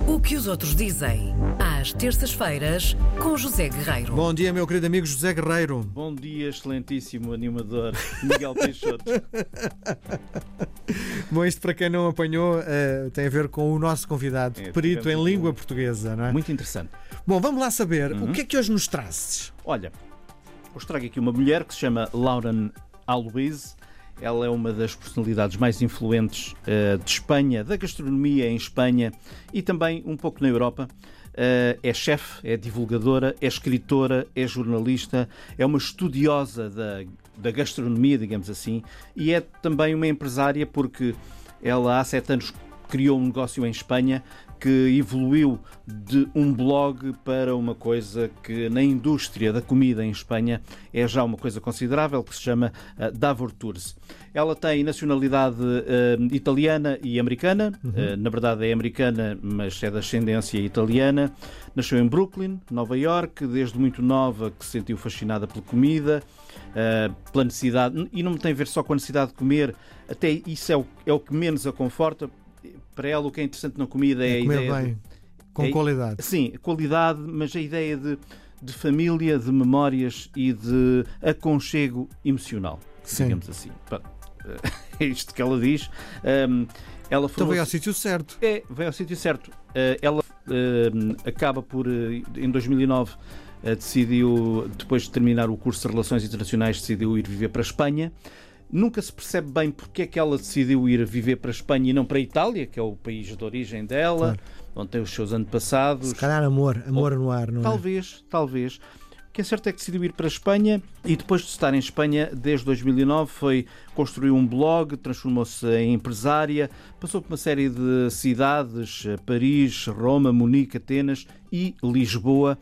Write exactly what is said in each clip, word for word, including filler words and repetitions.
O que os outros dizem, às terças-feiras, com José Guerreiro. Bom dia, meu querido amigo José Guerreiro. Bom dia, excelentíssimo animador Miguel Peixoto. Bom, isto para quem não apanhou uh, tem a ver com o nosso convidado, É, perito em tivemos língua um- portuguesa, não é? Muito interessante. Bom, vamos lá saber Uhum. o que é que hoje nos trazes. Olha, hoje trago aqui uma mulher que se chama Lauren Aloise. Ela é uma das personalidades mais influentes uh, de Espanha, da gastronomia em Espanha e também um pouco na Europa. Uh, é chefe, é divulgadora, é escritora, é jornalista, é uma estudiosa da, da gastronomia, digamos assim, e é também uma empresária porque ela há sete anos criou um negócio em Espanha que evoluiu de um blog para uma coisa que na indústria da comida em Espanha é já uma coisa considerável, que se chama uh, Davor Tours. Ela tem nacionalidade uh, italiana e americana, Uhum. uh, na verdade é americana, mas é de ascendência italiana. Nasceu em Brooklyn, Nova York, desde muito nova que se sentiu fascinada pela comida, uh, pela necessidade, e não tem a ver só com a necessidade de comer, até isso é o, é o que menos a conforta. Para ela o que é interessante na comida é, É a comer ideia bem, de, com é- qualidade. Sim, qualidade, mas a ideia de, de família, de memórias e de aconchego emocional, Sim. digamos assim. Pá, é isto que ela diz. Um, ela Então falou veio ao sítio certo. é, veio ao sítio certo. Uh, ela uh, acaba por, uh, em dois mil e nove, uh, decidiu, depois de terminar o curso de Relações Internacionais, decidiu ir viver para a Espanha. Nunca se percebe bem porque é que ela decidiu ir viver para a Espanha e não para a Itália, que é o país de origem dela, Claro. onde tem os seus antepassados. Se calhar amor, amor no ar, não é? Talvez, talvez. O que é certo é que decidiu ir para a Espanha e depois de estar em Espanha, desde dois mil e nove, foi construir um blog, transformou-se em empresária, passou por uma série de cidades, Paris, Roma, Munique, Atenas e Lisboa.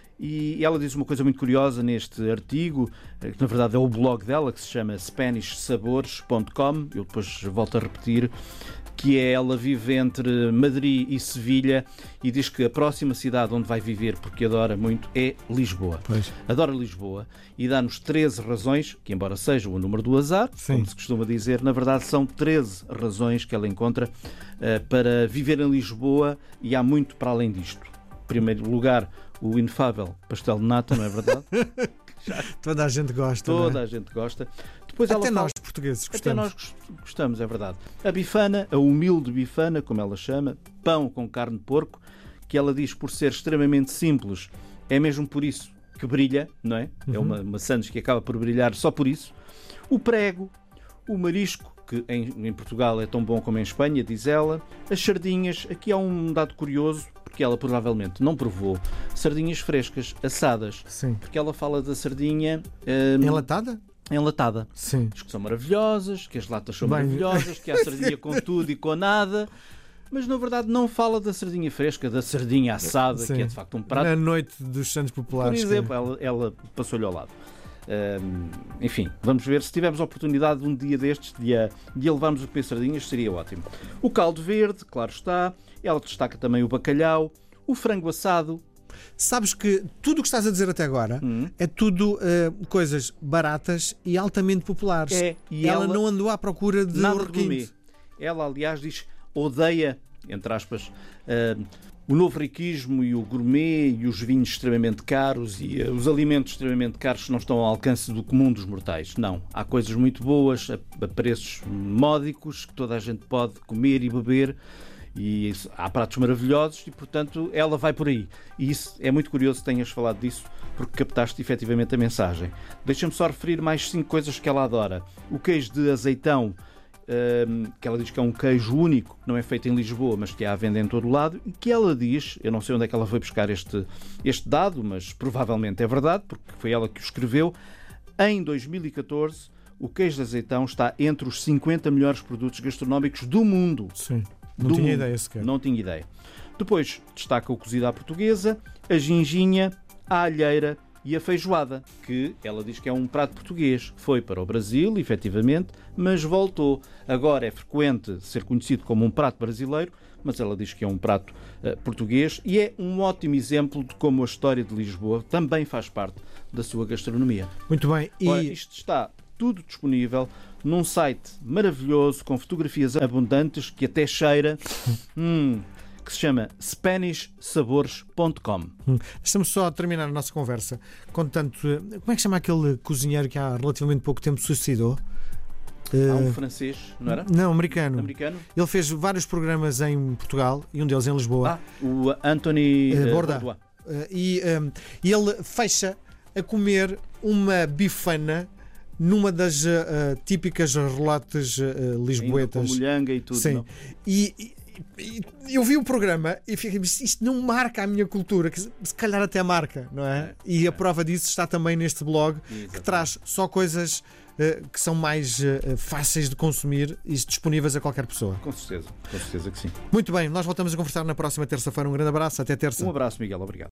E ela diz uma coisa muito curiosa neste artigo, que na verdade é o blog dela, que se chama Spanish Sabores ponto com, eu depois volto a repetir, que é ela vive entre Madrid e Sevilha e diz que a próxima cidade onde vai viver, porque adora muito, é Lisboa. Pois. Adora Lisboa e dá-nos treze razões, que embora seja o número do azar, Sim. como se costuma dizer, na verdade são treze razões que ela encontra uh, para viver em Lisboa e há muito para além disto. Em primeiro lugar, o inefável pastel de nata, não é verdade? Toda a gente gosta. Toda não é? a gente gosta. Depois Até ela nós, fala- portugueses, Até gostamos. nós gos- gostamos, é verdade. A bifana, a humilde bifana, como ela chama, pão com carne de porco, que ela diz por ser extremamente simples, é mesmo por isso que brilha, não é? É uma, uma sandes que acaba por brilhar só por isso. O prego, o marisco, que em, em Portugal é tão bom como em Espanha, diz ela. As sardinhas, aqui há um dado curioso, porque ela provavelmente não provou sardinhas frescas, assadas, Sim. porque ela fala da sardinha hum, Enlatada? enlatada. Sim. Diz que são maravilhosas, que as latas são Bem- maravilhosas, que há sardinha com tudo e com nada, mas na verdade não fala da sardinha fresca, da sardinha assada, Sim. que é de facto um prato. Na noite dos Santos Por Populares. exemplo, ela, ela passou-lhe ao lado. Hum, enfim, vamos ver. Se tivermos a oportunidade um dia destes de a, de a levarmos a comer sardinhas, seria ótimo. O caldo verde, claro está. Ela destaca também o bacalhau, o frango assado. Sabes que tudo o que estás a dizer até agora Hum. é tudo eh, coisas baratas e altamente populares. É, e ela, ela- não andou à procura de Nada ouro de gourmet. quente. Ela, aliás, diz odeia, entre aspas, uh, o novo riquismo e o gourmet e os vinhos extremamente caros e uh, os alimentos extremamente caros que não estão ao alcance do comum dos mortais. Não. Há coisas muito boas, a, a preços módicos, que toda a gente pode comer e beber. E isso- há pratos maravilhosos e, portanto, ela vai por aí. E isso é muito curioso que tenhas falado disso, porque captaste efetivamente a mensagem. Deixa-me só referir mais cinco coisas que ela adora. O queijo de azeitão, hum, que ela diz que é um queijo único, que não é feito em Lisboa, mas que há à venda em todo o lado, e que ela diz, eu não sei onde é que ela foi buscar este, este dado, mas provavelmente é verdade, porque foi ela que o escreveu, em dois mil e catorze o queijo de azeitão está entre os cinquenta melhores produtos gastronómicos do mundo. Sim. Não Do tinha mundo. ideia sequer. Não tinha ideia. Depois destaca o cozido à portuguesa, a ginginha, a alheira e a feijoada, que ela diz que é um prato português. Foi para o Brasil, efetivamente, mas voltou. Agora é frequente ser conhecido como um prato brasileiro, mas ela diz que é um prato uh, português e é um ótimo exemplo de como a história de Lisboa também faz parte da sua gastronomia. Muito bem. E Ora, isto está tudo disponível num site maravilhoso, com fotografias abundantes, que até cheira, hum, que se chama Spanish Sabores ponto com. Hum. Deixa-me só terminar a nossa conversa contando. Como é que chama aquele cozinheiro que há relativamente pouco tempo se suicidou? Há um francês, não era? Não, americano. Americano? Ele fez vários programas em Portugal e um deles em Lisboa. Ah, o Anthony Uh, uh, Bourdain. Bourdain. Uh, e um, ele fecha a comer uma bifana numa das uh, típicas relotes uh, lisboetas. Ainda com molhanga e tudo. Sim. Não? E, e, e eu vi o programa e fiquei, isto não marca a minha cultura, que se calhar até marca, não é? É, e a é. prova disso está também neste blog, Exatamente. que traz só coisas uh, que são mais uh, fáceis de consumir e disponíveis a qualquer pessoa. Com certeza, com certeza que sim. Muito bem, nós voltamos a conversar na próxima terça-feira. Um grande abraço, até terça. Um abraço, Miguel, obrigado.